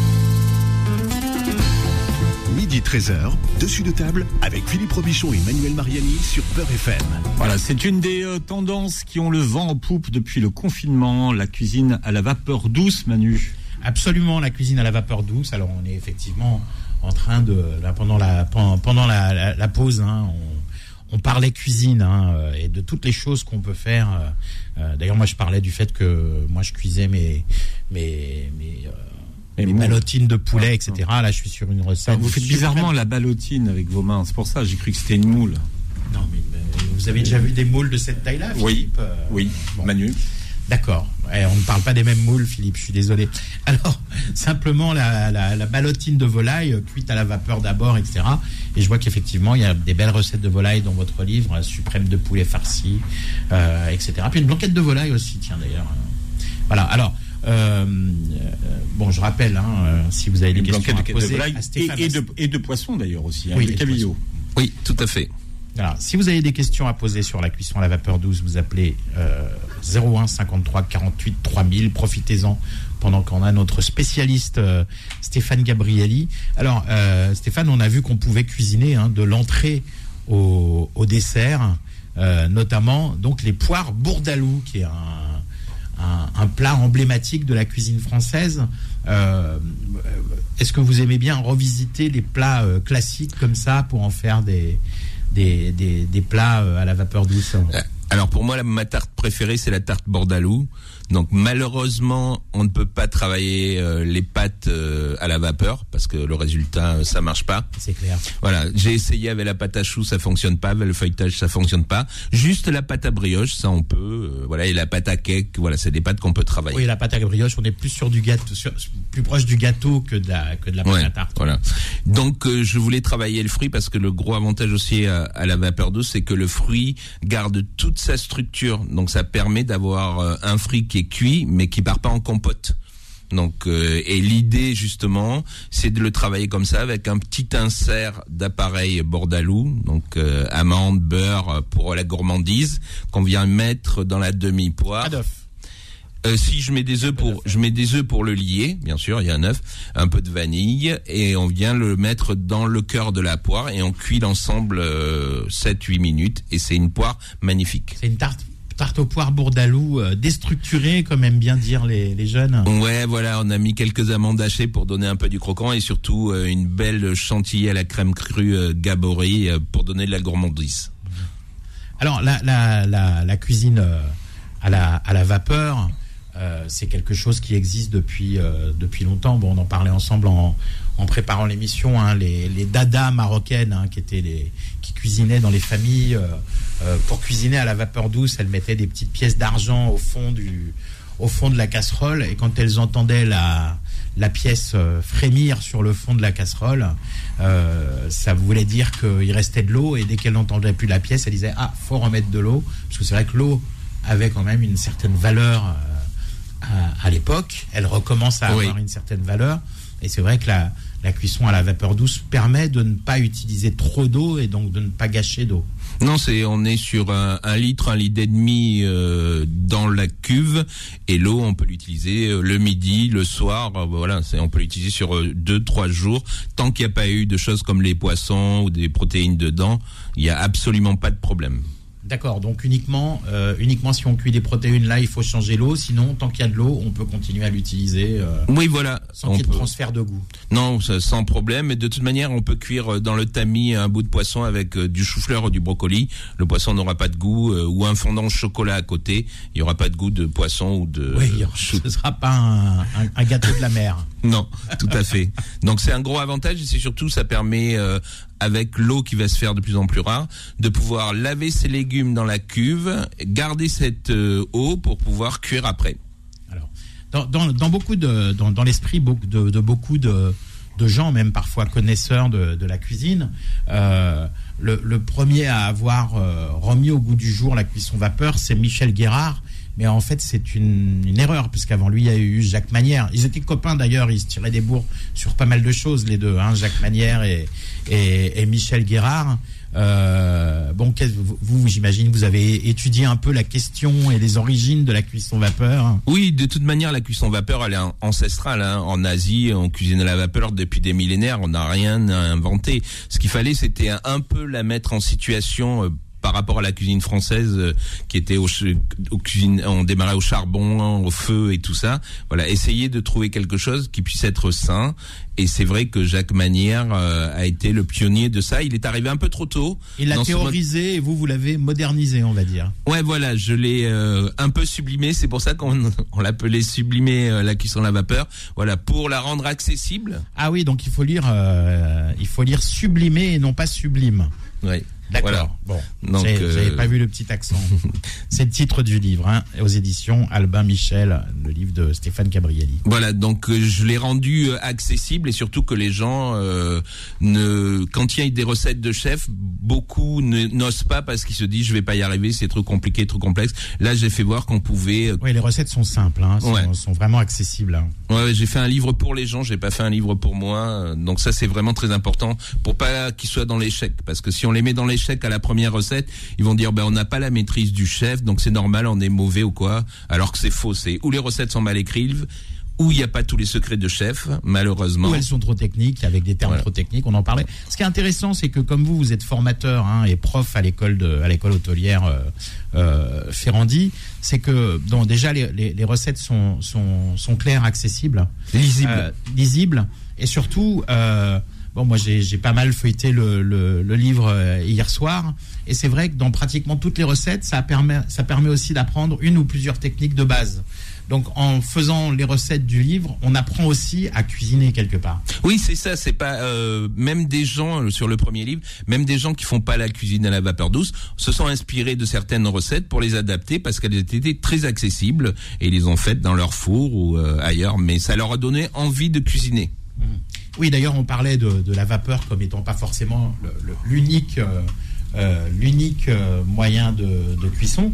Midi 13h, dessus de table avec Philippe Robichon et Manuel Mariani sur Peur FM. Voilà, c'est une des tendances qui ont le vent en poupe depuis le confinement, la cuisine à la vapeur douce, Manu. Absolument, la cuisine à la vapeur douce. Alors on est effectivement en train de, pendant la pause, on parlait cuisine et de toutes les choses qu'on peut faire. D'ailleurs, moi je parlais du fait que moi je cuisais mes ballotines de poulet, etc. Là, je suis sur une recette. Vous faites bizarrement la ballotine avec vos mains. C'est pour ça, j'ai cru que c'était une moule. Non, mais vous avez déjà vu des moules de cette taille-là, Philippe ? Oui, bon. Manu. D'accord. On ne parle pas des mêmes moules, Philippe, je suis désolé. Alors, simplement, la ballotine de volaille cuite à la vapeur d'abord, etc. Et je vois qu'effectivement, il y a des belles recettes de volaille dans votre livre, suprême de poulet farci, etc. Puis une blanquette de volaille aussi, tiens, d'ailleurs. Voilà, alors... je rappelle, si vous avez des questions à poser à Stéphane, et de poisson d'ailleurs aussi, de cabillaud. Oui, tout à fait. Alors, si vous avez des questions à poser sur la cuisson à la vapeur douce, vous appelez 01 53 48 3000. Profitez-en pendant qu'on a notre spécialiste Stéphane Gabrielli. Alors Stéphane, on a vu qu'on pouvait cuisiner de l'entrée au dessert, notamment donc les poires bourdaloue, qui est un plat emblématique de la cuisine française. Est-ce que vous aimez bien revisiter les plats classiques comme ça pour en faire des plats à la vapeur douce? Alors pour moi, ma tarte préférée, c'est la tarte bourdaloue. Donc malheureusement, on ne peut pas travailler les pâtes à la vapeur parce que le résultat, ça marche pas. C'est clair. Voilà, j'ai essayé avec la pâte à choux, ça fonctionne pas. Avec le feuilletage, ça fonctionne pas. Juste la pâte à brioche, ça on peut. Voilà, et la pâte à cake, voilà, c'est des pâtes qu'on peut travailler. Oui, la pâte à brioche, on est plus sur du gâteau, plus proche du gâteau que de la pâte à tarte. Voilà. Donc je voulais travailler le fruit parce que le gros avantage aussi à la vapeur douce, c'est que le fruit garde toute sa structure. Donc ça permet d'avoir un fruit qui est cuit mais qui part pas en compote. Donc et l'idée justement, c'est de le travailler comme ça avec un petit insert d'appareil bourdaloue, donc amandes, beurre pour la gourmandise qu'on vient mettre dans la demi-poire. Si je mets des œufs pour le lier, bien sûr, il y a un œuf, un peu de vanille et on vient le mettre dans le cœur de la poire et on cuit l'ensemble 7-8 minutes et c'est une poire magnifique. C'est une tarte aux poires bourdaloue déstructurée, comme aiment bien dire les jeunes. Ouais, voilà, on a mis quelques amandes hachées pour donner un peu du croquant et surtout une belle chantilly à la crème crue Gabory pour donner de la gourmandise. Alors la cuisine à la vapeur, c'est quelque chose qui existe depuis longtemps. Bon, on en parlait ensemble en préparant l'émission, les dadas marocaines qui cuisinaient dans les familles. Pour cuisiner à la vapeur douce, elles mettaient des petites pièces d'argent au fond de la casserole, et quand elles entendaient la pièce frémir sur le fond de la casserole, ça voulait dire qu'il restait de l'eau, et dès qu'elles n'entendaient plus la pièce, elles disaient faut remettre de l'eau, parce que c'est vrai que l'eau avait quand même une certaine valeur à l'époque. Elle recommence à avoir une certaine valeur, et c'est vrai que la cuisson à la vapeur douce permet de ne pas utiliser trop d'eau et donc de ne pas gâcher d'eau. Non, on est sur un litre et demi dans la cuve, et l'eau on peut l'utiliser le midi, le soir, voilà, on peut l'utiliser sur 2-3 jours tant qu'il n'y a pas eu de choses comme les poissons ou des protéines dedans, il n'y a absolument pas de problème. D'accord, donc uniquement si on cuit des protéines, là il faut changer l'eau, sinon tant qu'il y a de l'eau on peut continuer à l'utiliser oui, voilà, sans qu'il y ait de transfert de goût. Non, sans problème, et de toute manière on peut cuire dans le tamis un bout de poisson avec du chou-fleur ou du brocoli, le poisson n'aura pas de goût, ou un fondant au chocolat à côté, il n'y aura pas de goût de poisson ou de ce ne sera pas un gâteau de la mer. Non, tout à fait. Donc c'est un gros avantage, et c'est surtout, ça permet avec l'eau qui va se faire de plus en plus rare, de pouvoir laver ses légumes dans la cuve, garder cette eau pour pouvoir cuire après. Alors, dans l'esprit de beaucoup de gens, même parfois connaisseurs de la cuisine, le premier à avoir remis au goût du jour la cuisson vapeur, c'est Michel Guérard. Mais en fait, c'est une erreur, puisqu'avant lui, il y a eu Jacques Manière. Ils étaient copains d'ailleurs, ils se tiraient des bourres sur pas mal de choses, les deux, Jacques Manière et Michel Guérard. Vous, j'imagine, vous avez étudié un peu la question et les origines de la cuisson vapeur. Oui, de toute manière, la cuisson vapeur, elle est ancestrale. En Asie, on cuisine à la vapeur depuis des millénaires, on n'a rien inventé. Ce qu'il fallait, c'était un peu la mettre en situation par rapport à la cuisine française qui était aux cuisines, on démarrait au charbon, au feu et tout ça. Voilà, essayer de trouver quelque chose qui puisse être sain. Et c'est vrai que Jacques Manière a été le pionnier de ça. Il est arrivé un peu trop tôt. Il l'a théorisé et vous l'avez modernisé, on va dire. Ouais, voilà, je l'ai un peu sublimé. C'est pour ça qu'on l'appelait sublimer la cuisson à la vapeur. Voilà, pour la rendre accessible. Ah oui, donc il faut lire sublimer et non pas sublime. Oui. D'accord. Voilà. Bon, j'avais pas vu le petit accent. C'est le titre du livre, aux éditions Albin Michel, le livre de Stéphane Gabrielli. Voilà, donc je l'ai rendu accessible, et surtout que les gens quand il y a des recettes de chefs, beaucoup n'osent pas parce qu'ils se disent je vais pas y arriver, c'est trop compliqué, trop complexe. Là, j'ai fait voir qu'on pouvait. Oui, les recettes sont simples, sont vraiment accessibles. Ouais, j'ai fait un livre pour les gens, j'ai pas fait un livre pour moi. Donc ça, c'est vraiment très important pour pas qu'ils soient dans l'échec, parce que si on les met dans l'échec à la première recette, ils vont dire on n'a pas la maîtrise du chef, donc c'est normal, on est mauvais ou quoi, alors que c'est faux. C'est ou les recettes sont mal écrites, où il n'y a pas tous les secrets de chef, malheureusement. Où elles sont trop techniques, avec des termes trop techniques, on en parlait. Ce qui est intéressant, c'est que comme vous êtes formateur et prof à l'école hôtelière Ferrandi, c'est que déjà les recettes sont claires, accessibles, lisibles, et surtout, moi j'ai pas mal feuilleté le livre hier soir, et c'est vrai que dans pratiquement toutes les recettes, ça permet aussi d'apprendre une ou plusieurs techniques de base. Donc, en faisant les recettes du livre, on apprend aussi à cuisiner quelque part. Oui, c'est ça. C'est pas même des gens sur le premier livre, même des gens qui font pas la cuisine à la vapeur douce, se sont inspirés de certaines recettes pour les adapter parce qu'elles étaient très accessibles et ils les ont faites dans leur four ou ailleurs. Mais ça leur a donné envie de cuisiner. Oui, d'ailleurs, on parlait de la vapeur comme étant pas forcément l'unique moyen de cuisson.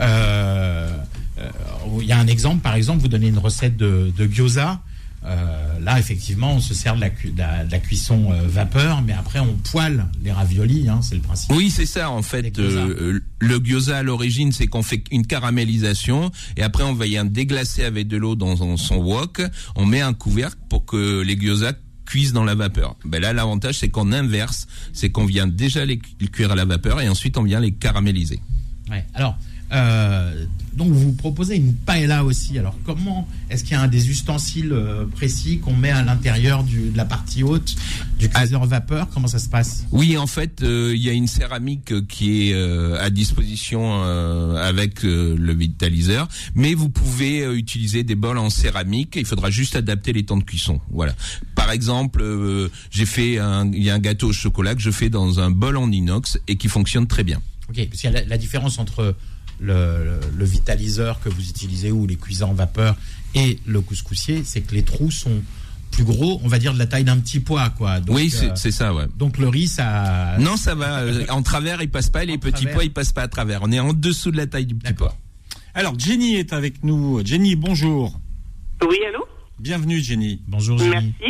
Il y a un exemple, par exemple, vous donnez une recette de gyoza. Là, effectivement, on se sert de la cuisson vapeur, mais après, on poêle les raviolis, c'est le principe. Oui, c'est ça, en fait. Le gyoza, à l'origine, c'est qu'on fait une caramélisation, et après, on va y déglacer avec de l'eau dans son wok. On met un couvercle pour que les gyozas cuisent dans la vapeur. Là, l'avantage, c'est qu'on inverse, c'est qu'on vient déjà les cuire à la vapeur, et ensuite, on vient les caraméliser. Ouais. Alors, donc vous proposez une paella aussi. Alors comment est-ce qu'il y a des ustensiles précis qu'on met à l'intérieur de la partie haute du cuiseur vapeur? Comment ça se passe? Oui, en fait, il y a une céramique qui est à disposition avec le vitaliseur, mais vous pouvez utiliser des bols en céramique. Il faudra juste adapter les temps de cuisson. Voilà. Par exemple, il y a un gâteau au chocolat que je fais dans un bol en inox et qui fonctionne très bien. Ok, parce qu'il y a la différence entre le vitaliseur que vous utilisez ou les cuiseurs en vapeur et le couscoussier, c'est que les trous sont plus gros, on va dire de la taille d'un petit pois, quoi. Donc, oui, c'est ça, ouais. Donc le riz, ça... Non, ça va. En travers, il passe pas, et les petits pois, ils passent pas à travers. On est en dessous de la taille du petit pois. Alors, Jenny est avec nous. Jenny, bonjour. Oui, allô? Bienvenue, Jenny. Bonjour, Jenny. Merci.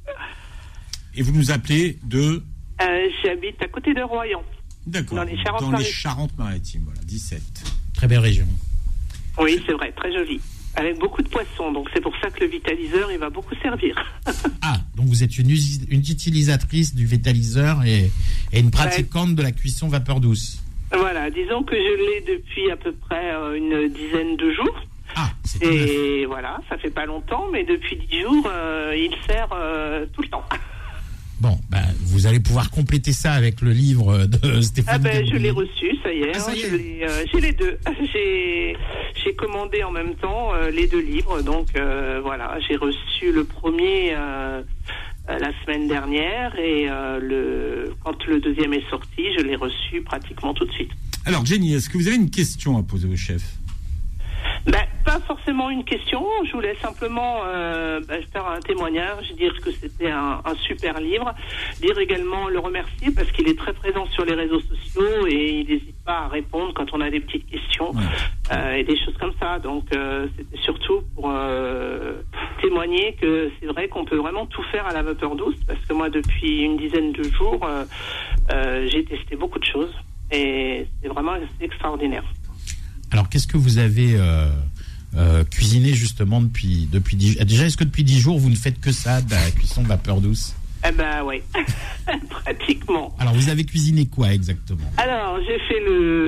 Et vous nous appelez de... J'habite à côté de Royan. D'accord. Dans les Charentes-Maritimes, voilà, 17. Très belle région. Oui, c'est vrai, très jolie. Avec beaucoup de poissons, donc c'est pour ça que le vitaliseur, il va beaucoup servir. Donc vous êtes une utilisatrice du vitaliseur et une pratiquante de la cuisson vapeur douce. Voilà, disons que je l'ai depuis à peu près une dizaine de jours. C'est et voilà, ça fait pas longtemps, mais depuis 10 jours, il sert tout le temps. Bon, vous allez pouvoir compléter ça avec le livre de Stéphane. Je l'ai reçu, ça y est. J'ai les deux. J'ai commandé en même temps les deux livres. Donc voilà, j'ai reçu le premier la semaine dernière et quand le deuxième est sorti, je l'ai reçu pratiquement tout de suite. Alors Jenny, est-ce que vous avez une question à poser au chef? Pas forcément une question, je voulais simplement faire un témoignage, dire que c'était un super livre, dire également le remercier parce qu'il est très présent sur les réseaux sociaux et il n'hésite pas à répondre quand on a des petites questions et des choses comme ça. Donc c'était surtout pour témoigner que c'est vrai qu'on peut vraiment tout faire à la vapeur douce parce que moi depuis une dizaine de jours j'ai testé beaucoup de choses et c'est vraiment extraordinaire. Alors qu'est-ce que vous avez cuisiné justement depuis 10 jours? Déjà, est-ce que depuis 10 jours, vous ne faites que ça, de la cuisson vapeur douce? Oui, pratiquement. Alors, vous avez cuisiné quoi exactement? Alors, j'ai fait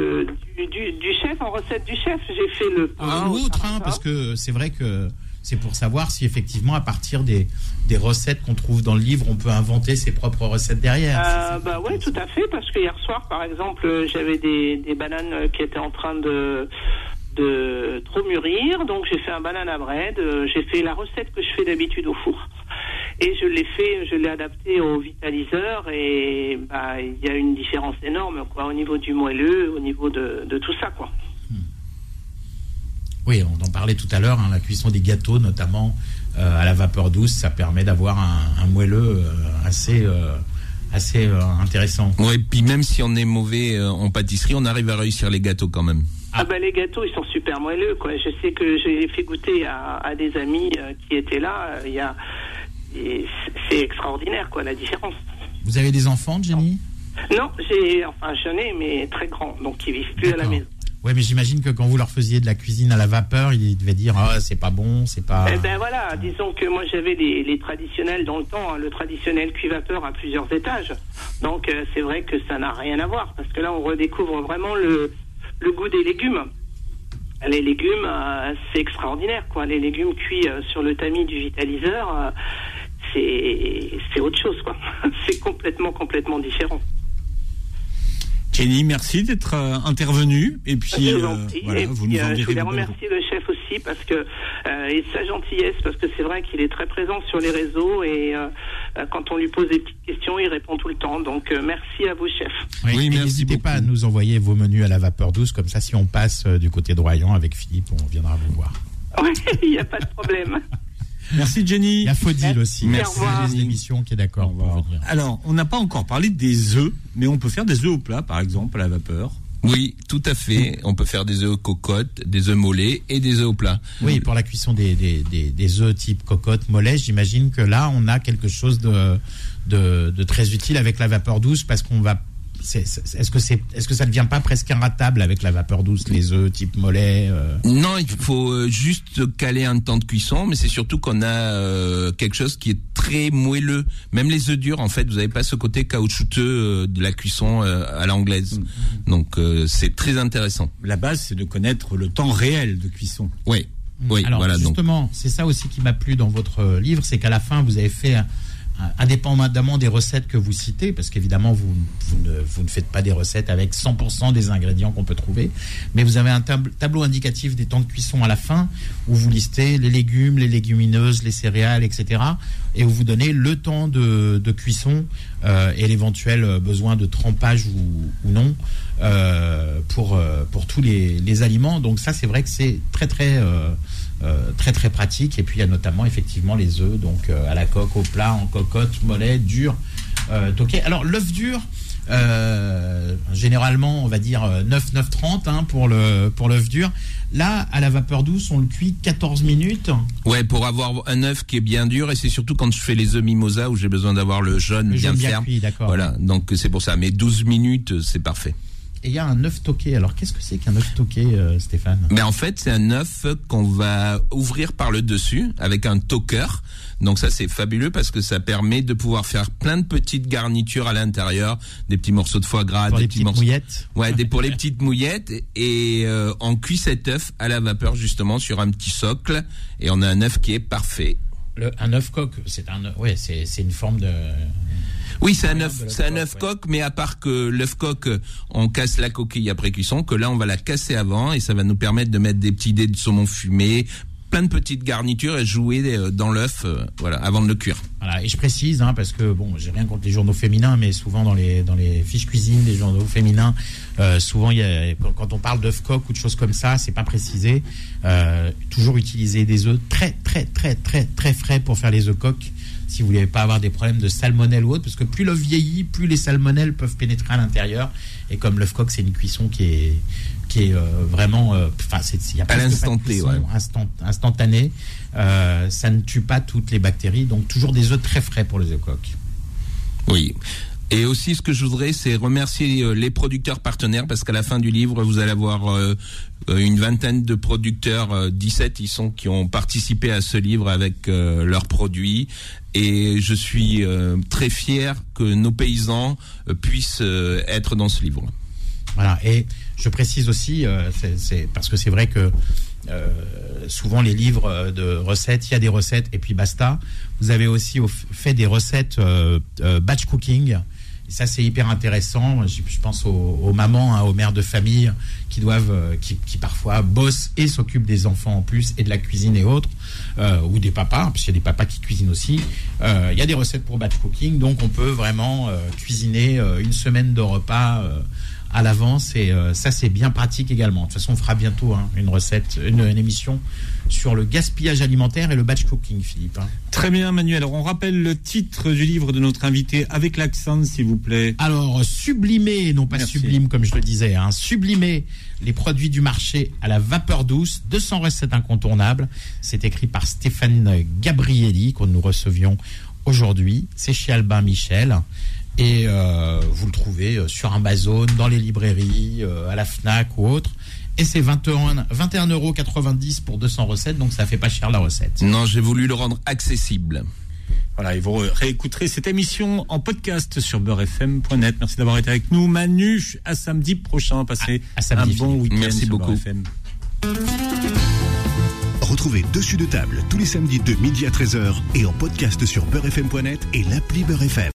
du chef, en recette du chef, j'ai fait le pain. L'autre, parce que c'est vrai que c'est pour savoir si effectivement, à partir des recettes qu'on trouve dans le livre, on peut inventer ses propres recettes derrière. Oui, tout à fait, parce que hier soir, par exemple, j'avais des bananes qui étaient en train de trop mûrir, donc j'ai fait un banane à bread, j'ai fait la recette que je fais d'habitude au four et je l'ai adapté au vitaliseur et il y a une différence énorme quoi au niveau du moelleux, au niveau de tout ça quoi. Oui, on en parlait tout à l'heure, la cuisson des gâteaux notamment à la vapeur douce, ça permet d'avoir un moelleux assez intéressant. Ouais, puis même si on est mauvais en pâtisserie, on arrive à réussir les gâteaux quand même. Les gâteaux, ils sont super moelleux, quoi. Je sais que j'ai fait goûter à des amis qui étaient là. C'est extraordinaire, quoi, la différence. Vous avez des enfants, Jenny? Non, j'en ai, mais très grands, donc ils vivent plus à la maison. Ouais, mais j'imagine que quand vous leur faisiez de la cuisine à la vapeur, ils devaient dire c'est pas bon, c'est pas. Eh ben voilà, disons que moi j'avais les traditionnels dans le temps, le traditionnel cuit-vapeur à plusieurs étages. Donc c'est vrai que ça n'a rien à voir, parce que là on redécouvre vraiment le goût des légumes. Les légumes, c'est extraordinaire, quoi. Les légumes cuits sur le tamis du vitaliseur, c'est autre chose, quoi. C'est complètement différent. Jenny, merci d'être intervenue. Et puis, vous nous en direz. Je voulais remercier le chef aussi parce que et sa gentillesse, parce que c'est vrai qu'il est très présent sur les réseaux et quand on lui pose des petites questions, il répond tout le temps. Donc merci à vous, chef. Oui, merci. N'hésitez pas à nous envoyer vos menus à la vapeur douce, comme ça, si on passe du côté de Royan avec Philippe, on viendra vous voir. Oui, il n'y a pas de problème. Merci Jenny. Il y a Faudil aussi. Merci. C'est l'émission qui est d'accord. Alors, on n'a pas encore parlé des œufs, mais on peut faire des œufs au plat, par exemple, à la vapeur. Oui, tout à fait. On peut faire des œufs cocottes, des œufs mollets et des œufs au plat. Oui, pour la cuisson des œufs type cocotte, mollet, j'imagine que là, on a quelque chose de très utile avec la vapeur douce, parce qu'on va. Est-ce que ça ne devient pas presque inratable avec la vapeur douce, les œufs type mollet Non, il faut juste caler un temps de cuisson, mais c'est surtout qu'on a quelque chose qui est très moelleux. Même les œufs durs, en fait, vous n'avez pas ce côté caoutchouteux de la cuisson à l'anglaise. Donc c'est très intéressant. La base, c'est de connaître le temps réel de cuisson. Oui. Alors voilà. Justement, donc. c'est ça aussi qui m'a plu dans votre livre, c'est qu'à la fin, vous avez fait indépendamment des recettes que vous citez, parce qu'évidemment vous ne faites pas des recettes avec 100% des ingrédients qu'on peut trouver, mais vous avez un tableau indicatif des temps de cuisson à la fin, où vous listez les légumes, les légumineuses, les céréales, etc., et où vous donnez le temps de cuisson et l'éventuel besoin de trempage ou non pour tous les aliments. Donc ça, c'est vrai que c'est très pratique. Et puis il y a notamment effectivement les œufs, donc à la coque, au plat, en cocotte, mollet, dur, toqué. Alors l'œuf dur, généralement on va dire 9-9-30 pour l'œuf dur. Là, à la vapeur douce, on le cuit 14 minutes. Ouais, pour avoir un œuf qui est bien dur, et c'est surtout quand je fais les œufs mimosa où j'ai besoin d'avoir le jaune bien ferme. Cuit, d'accord. Voilà, donc c'est pour ça. Mais 12 minutes, c'est parfait. Et il y a un œuf toqué. Alors, qu'est-ce que c'est qu'un œuf toqué, Stéphane ? Mais en fait, c'est un œuf qu'on va ouvrir par le dessus avec un toqueur. Donc ça, c'est fabuleux parce que ça permet de pouvoir faire plein de petites garnitures à l'intérieur, des petits morceaux de foie gras, pour des les petits petites morceaux. Mouillettes. Ouais, pour les petites mouillettes. Et on cuit cet œuf à la vapeur justement sur un petit socle, et on a un œuf qui est parfait. Un œuf coque, c'est une forme de. Oui, c'est un œuf coque, mais à part que l'œuf coque, on casse la coquille après cuisson, que là on va la casser avant, et ça va nous permettre de mettre des petits dés de saumon fumé, plein de petites garnitures et jouer dans l'œuf, avant de le cuire. Voilà, et je précise, parce que j'ai rien contre les journaux féminins, mais souvent dans les fiches cuisine des journaux féminins, souvent quand on parle d'œuf coque ou de choses comme ça, c'est pas précisé. Toujours utiliser des œufs très très très très très frais pour faire les œufs coques, si vous voulez pas avoir des problèmes de salmonelle ou autre, parce que plus l'œuf vieillit, plus les salmonelles peuvent pénétrer à l'intérieur. Et comme l'œuf coque, c'est une cuisson qui est vraiment, il y a pas de cuisson instantanée. Ça ne tue pas toutes les bactéries, donc toujours des œufs très frais pour les œufs coques. Oui. Et aussi, ce que je voudrais, c'est remercier les producteurs partenaires, parce qu'à la fin du livre, vous allez avoir une vingtaine de producteurs, 17 qui ont participé à ce livre avec leurs produits. Et je suis très fier que nos paysans puissent être dans ce livre. Voilà. Et je précise aussi, c'est parce que c'est vrai que souvent les livres de recettes, il y a des recettes et puis basta. Vous avez aussi fait des recettes batch cooking. Et ça, c'est hyper intéressant. Je pense aux mamans, aux mères de famille qui parfois bossent et s'occupent des enfants en plus et de la cuisine et autres, ou des papas, parce qu'il y a des papas qui cuisinent aussi. Il y a des recettes pour batch cooking, donc on peut vraiment cuisiner une semaine de repas à l'avance, et ça c'est bien pratique également. De toute façon, on fera bientôt une émission sur le gaspillage alimentaire et le batch cooking, Philippe. Très bien, Manuel. Alors, on rappelle le titre du livre de notre invité avec l'accent, s'il vous plaît. Alors, sublimer, non pas Merci. Sublime comme je le disais, sublimer les produits du marché à la vapeur douce, 200 recettes incontournables. C'est écrit par Stéphane Gabrielli, que nous recevions aujourd'hui. C'est chez Albin Michel. Et vous le trouvez sur Amazon, dans les librairies, à la Fnac ou autre. Et c'est 21,90 € pour 200 recettes, donc ça fait pas cher la recette. Non, j'ai voulu le rendre accessible. Voilà, et vous réécouterez cette émission en podcast sur beurrefm.net. Merci d'avoir été avec nous, Manu. À samedi prochain. Passez un bon week-end. Merci beaucoup. Retrouvez Dessus de table tous les samedis de midi à 13h et en podcast sur beurrefm.net et l'appli Beurre FM.